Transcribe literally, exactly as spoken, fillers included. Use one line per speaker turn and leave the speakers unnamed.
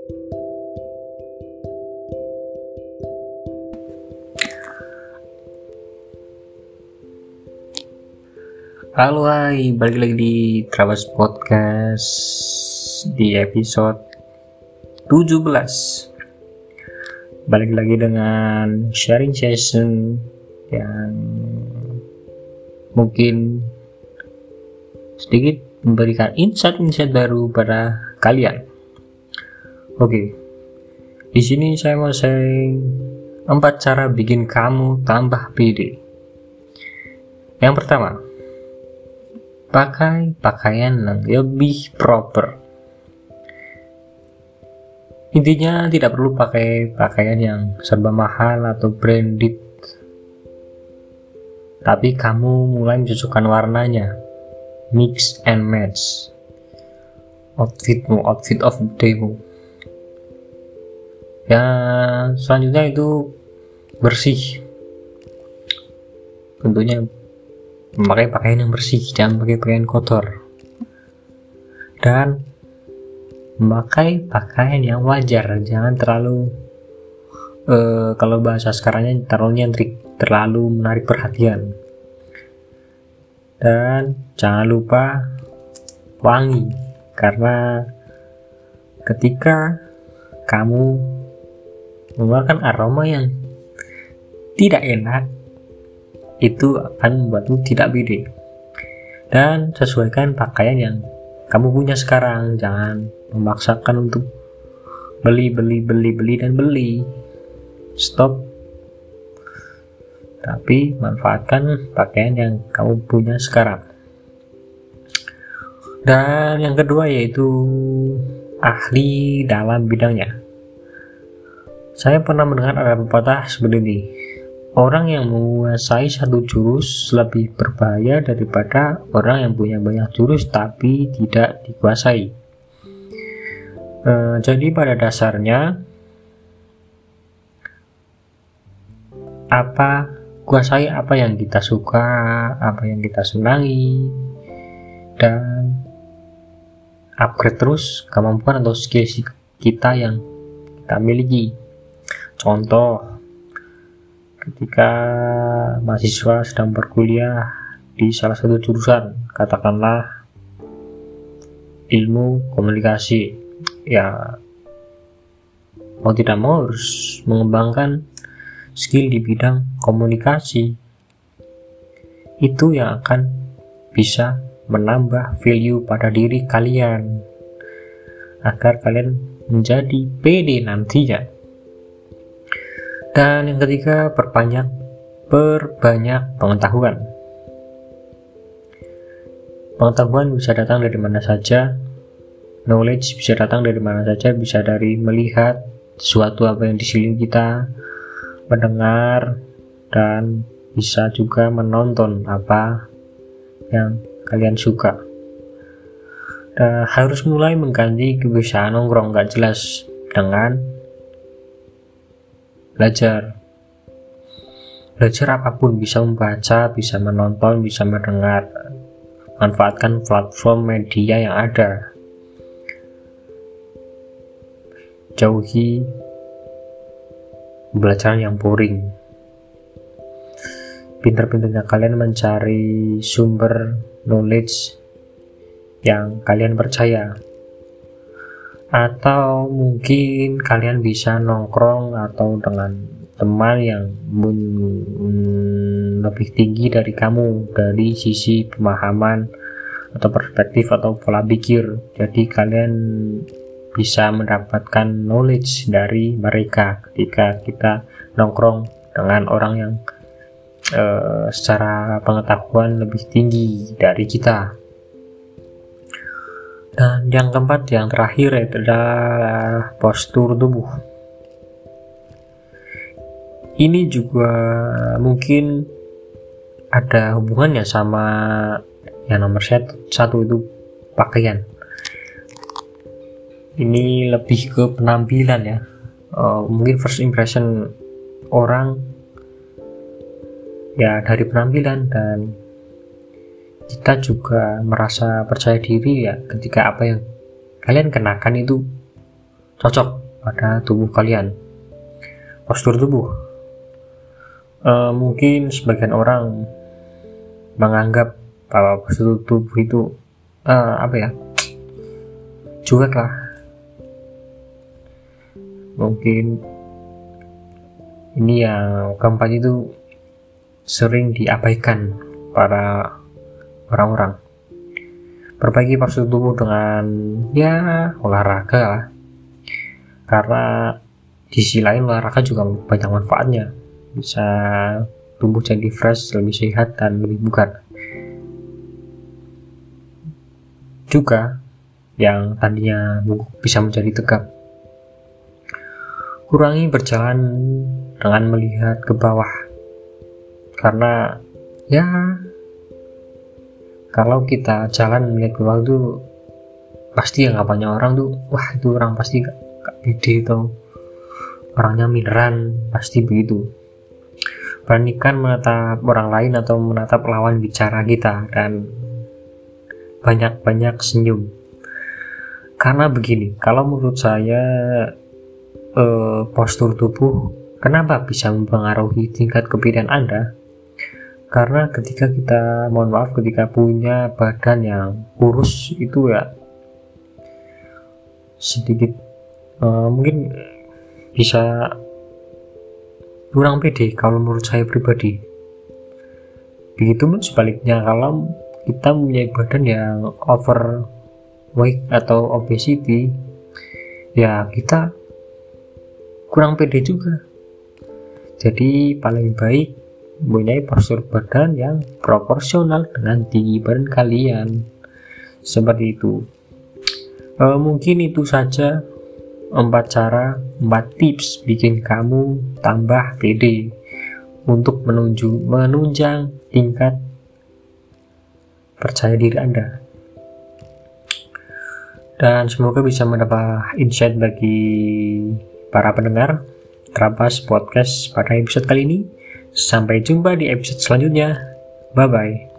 Halo, hai, balik lagi di Travis Podcast di episode tujuh belas. Balik lagi dengan sharing session yang mungkin sedikit memberikan insight-insight baru pada kalian. Oke, di sini saya mau sharing empat cara bikin kamu tambah pede. Yang pertama, pakai pakaian yang lebih proper. Intinya tidak perlu pakai pakaian yang serba mahal atau branded, tapi kamu mulai menyesuaikan warnanya, mix and match outfitmu, outfit of the daymu. Ya, selanjutnya itu bersih. Tentunya memakai pakaian yang bersih, jangan pakai pakaian kotor. Dan memakai pakaian yang wajar, jangan terlalu uh, kalau bahasa sekarangnya terlalu nyentrik, terlalu menarik perhatian. Dan jangan lupa wangi, karena ketika kamu mengeluarkan aroma yang tidak enak, itu akan membuatmu tidak pede. Dan sesuaikan pakaian yang kamu punya sekarang, jangan memaksakan untuk beli beli beli beli dan beli. Stop, tapi manfaatkan pakaian yang kamu punya sekarang. Dan yang kedua yaitu ahli dalam bidangnya. Saya pernah mendengar ada pepatah seperti ini: orang yang menguasai satu jurus lebih berbahaya daripada orang yang punya banyak jurus tapi tidak dikuasai. E, jadi pada dasarnya, apa kuasai apa yang kita suka, apa yang kita senangi, dan upgrade terus kemampuan atau skill kita yang kita miliki. Contoh, ketika mahasiswa sedang berkuliah di salah satu jurusan, katakanlah ilmu komunikasi, ya mau tidak mau harus mengembangkan skill di bidang komunikasi. Itu yang akan bisa menambah value pada diri kalian agar kalian menjadi pede nantinya. Dan yang ketiga, perbanyak perbanyak pengetahuan. Pengetahuan bisa datang dari mana saja. Knowledge bisa datang dari mana saja, bisa dari melihat sesuatu apa yang di sekeliling kita, mendengar, dan bisa juga menonton apa yang kalian suka. Dan harus mulai mengganti kebiasaan nongkrong gak jelas dengan belajar. Belajar apapun, bisa membaca, bisa menonton, bisa mendengar. Manfaatkan platform media yang ada. Jauhi pembelajaran yang boring. Pintar-pintarnya kalian mencari sumber knowledge yang kalian percaya. Atau mungkin kalian bisa nongkrong atau dengan teman yang hmm, lebih tinggi dari kamu dari sisi pemahaman atau perspektif atau pola pikir. Jadi kalian bisa mendapatkan knowledge dari mereka ketika kita nongkrong dengan orang yang uh, secara pengetahuan lebih tinggi dari kita. Dan yang keempat, yang terakhir adalah postur tubuh. Ini juga mungkin ada hubungannya sama yang nomor satu, satu itu pakaian. Ini lebih ke penampilan ya. Uh, mungkin first impression orang ya dari penampilan, dan kita juga merasa percaya diri ya ketika apa yang kalian kenakan itu cocok pada tubuh kalian. Postur tubuh, uh, mungkin sebagian orang menganggap bahwa postur tubuh itu uh, apa ya, cuek lah. Mungkin ini yang keempat itu sering diabaikan para orang-orang. Perbaiki postur tubuh dengan ya olahraga lah, karena di sisi lain olahraga juga banyak manfaatnya, bisa tubuh jadi fresh, lebih sehat dan lebih bugar. Juga yang tadinya bisa menjadi tegap. Kurangi berjalan dengan melihat ke bawah, karena ya kalau kita jalan melihat ke bawah tuh pasti yang banyak orang tuh, wah itu orang pasti gak, gak pede atau orangnya mineran, pasti begitu. Beranikan menatap orang lain atau menatap lawan bicara kita dan banyak-banyak senyum. Karena begini, kalau menurut saya eh, postur tubuh kenapa bisa mempengaruhi tingkat kepedean Anda? Karena ketika kita, mohon maaf, ketika punya badan yang kurus itu ya sedikit eh, mungkin bisa kurang pede kalau menurut saya pribadi. Begitu pun sebaliknya, kalau kita mempunyai badan yang overweight atau obesity, ya kita kurang pede juga. Jadi paling baik mempunyai postur badan yang proporsional dengan tinggi badan kalian, seperti itu. E, mungkin itu saja empat cara, empat tips bikin kamu tambah pede untuk menunjuk, menunjang tingkat percaya diri Anda. Dan semoga bisa mendapat insight bagi para pendengar Trabas Podcast pada episode kali ini. Sampai jumpa di episode selanjutnya. Bye bye.